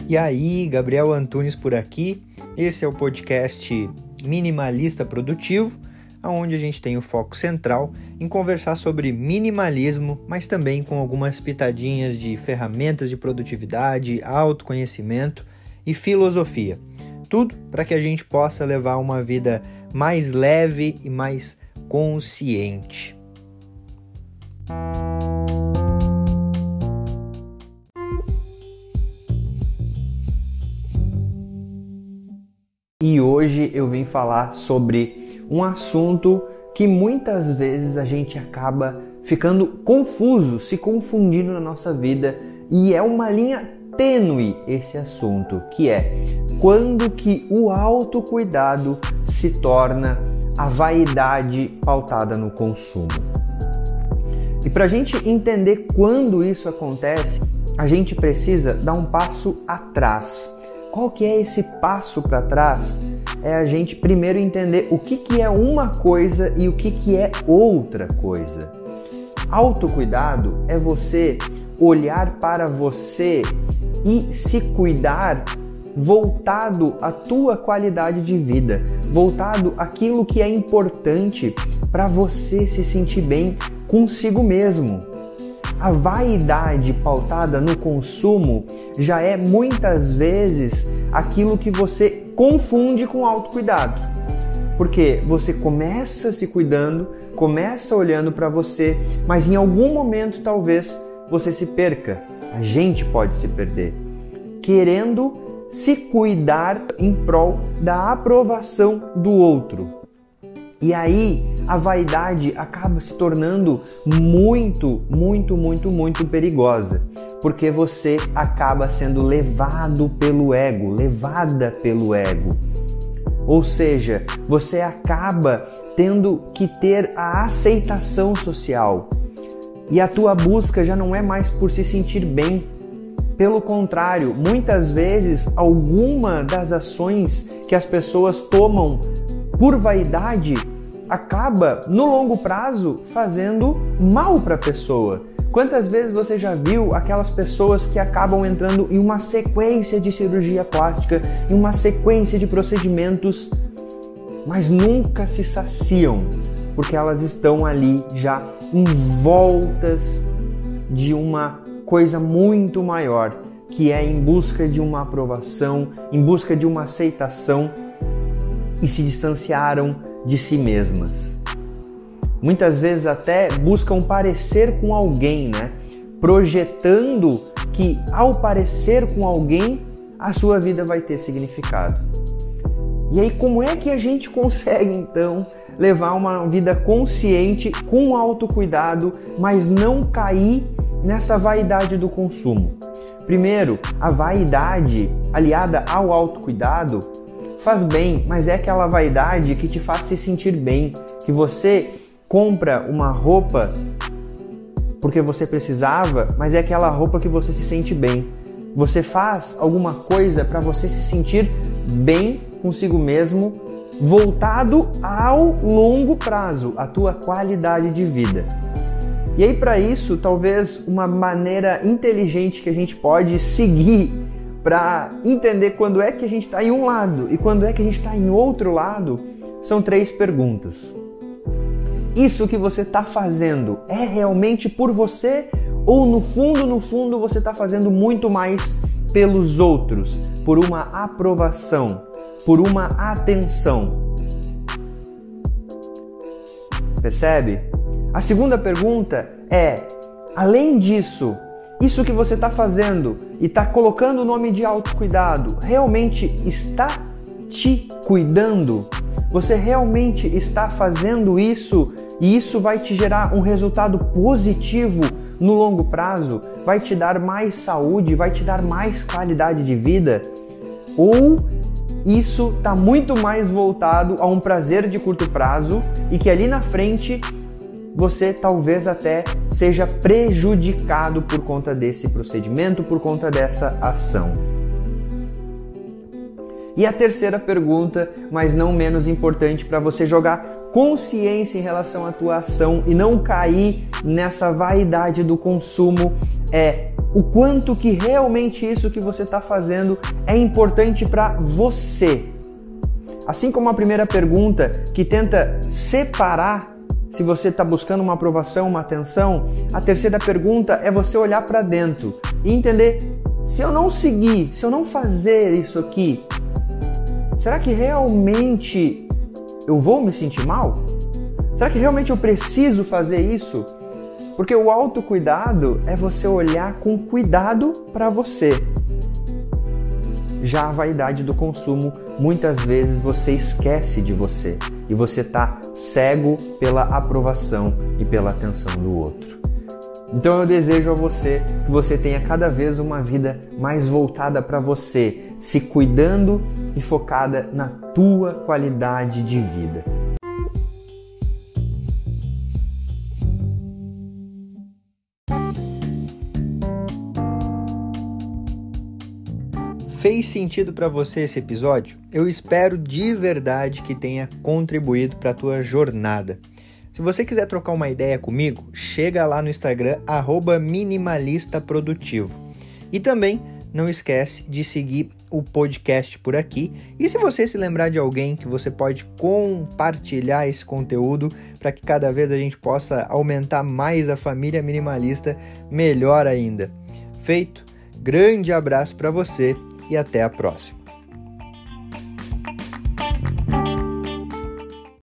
E aí, Gabriel Antunes por aqui. Esse é o podcast Minimalista Produtivo, onde a gente tem o foco central em conversar sobre minimalismo, mas também com algumas pitadinhas de ferramentas de produtividade, autoconhecimento e filosofia. Tudo para que a gente possa levar uma vida mais leve e mais consciente. E hoje eu vim falar sobre um assunto que muitas vezes a gente acaba ficando confuso, se confundindo na nossa vida, e é uma linha tênue esse assunto, que é quando que o autocuidado se torna a vaidade pautada no consumo. E para a gente entender quando isso acontece, a gente precisa dar um passo atrás. Qual que é esse passo para trás? É a gente primeiro entender o que é uma coisa e o que é outra coisa. Autocuidado é você olhar para você e se cuidar voltado à tua qualidade de vida, voltado àquilo que é importante para você se sentir bem consigo mesmo. A vaidade pautada no consumo já é muitas vezes aquilo que você confunde com autocuidado. Porque você começa se cuidando, começa olhando para você, mas em algum momento talvez você se perca. A gente pode se perder, querendo se cuidar em prol da aprovação do outro. E aí a vaidade acaba se tornando muito perigosa, porque você acaba sendo levado pelo ego, levada pelo ego. Ou seja, você acaba tendo que ter a aceitação social. E a tua busca já não é mais por se sentir bem. Pelo contrário, muitas vezes alguma das ações que as pessoas tomam por vaidade acaba, no longo prazo, fazendo mal para a pessoa. Quantas vezes você já viu aquelas pessoas que acabam entrando em uma sequência de cirurgia plástica, em uma sequência de procedimentos, mas nunca se saciam, porque elas estão ali já envoltas de uma coisa muito maior, que é em busca de uma aprovação, em busca de uma aceitação, e se distanciaram de si mesmas. Muitas vezes até buscam parecer com alguém, né? Projetando que ao parecer com alguém, a sua vida vai ter significado. E aí, como é que a gente consegue então levar uma vida consciente, com autocuidado, mas não cair nessa vaidade do consumo? Primeiro, a vaidade aliada ao autocuidado faz bem, mas é aquela vaidade que te faz se sentir bem, que você compra uma roupa porque você precisava, mas é aquela roupa que você se sente bem. Você faz alguma coisa para você se sentir bem consigo mesmo, voltado ao longo prazo, a tua qualidade de vida. E aí, para isso, talvez uma maneira inteligente que a gente pode seguir para entender quando é que a gente está em um lado e quando é que a gente está em outro lado, são 3 perguntas. Isso que você está fazendo é realmente por você, ou no fundo você está fazendo muito mais pelos outros, por uma aprovação, por uma atenção? Percebe? A segunda pergunta é, além disso, isso que você está fazendo e está colocando o nome de autocuidado, realmente está te cuidando? Você realmente está fazendo isso e isso vai te gerar um resultado positivo no longo prazo? Vai te dar mais saúde? Vai te dar mais qualidade de vida? Ou isso está muito mais voltado a um prazer de curto prazo e que ali na frente você talvez até seja prejudicado por conta desse procedimento, por conta dessa ação? E a terceira pergunta, mas não menos importante para você jogar consciência em relação à tua ação e não cair nessa vaidade do consumo, é o quanto que realmente isso que você está fazendo é importante para você. Assim como a primeira pergunta que tenta separar se você está buscando uma aprovação, uma atenção, a terceira pergunta é você olhar para dentro e entender: se eu não seguir, se eu não fazer isso aqui, será que realmente eu vou me sentir mal? Será que realmente eu preciso fazer isso? Porque o autocuidado é você olhar com cuidado para você. Já a vaidade do consumo, muitas vezes você esquece de você e você está cego pela aprovação e pela atenção do outro. Então eu desejo a você que você tenha cada vez uma vida mais voltada para você, se cuidando e focada na tua qualidade de vida. Fez sentido para você esse episódio? Eu espero de verdade que tenha contribuído para a tua jornada. Se você quiser trocar uma ideia comigo, chega lá no Instagram, @minimalistaprodutivo. E também não esquece de seguir o podcast por aqui. E se você se lembrar de alguém que você pode compartilhar esse conteúdo para que cada vez a gente possa aumentar mais a família minimalista, melhor ainda. Feito? Grande abraço para você e até a próxima.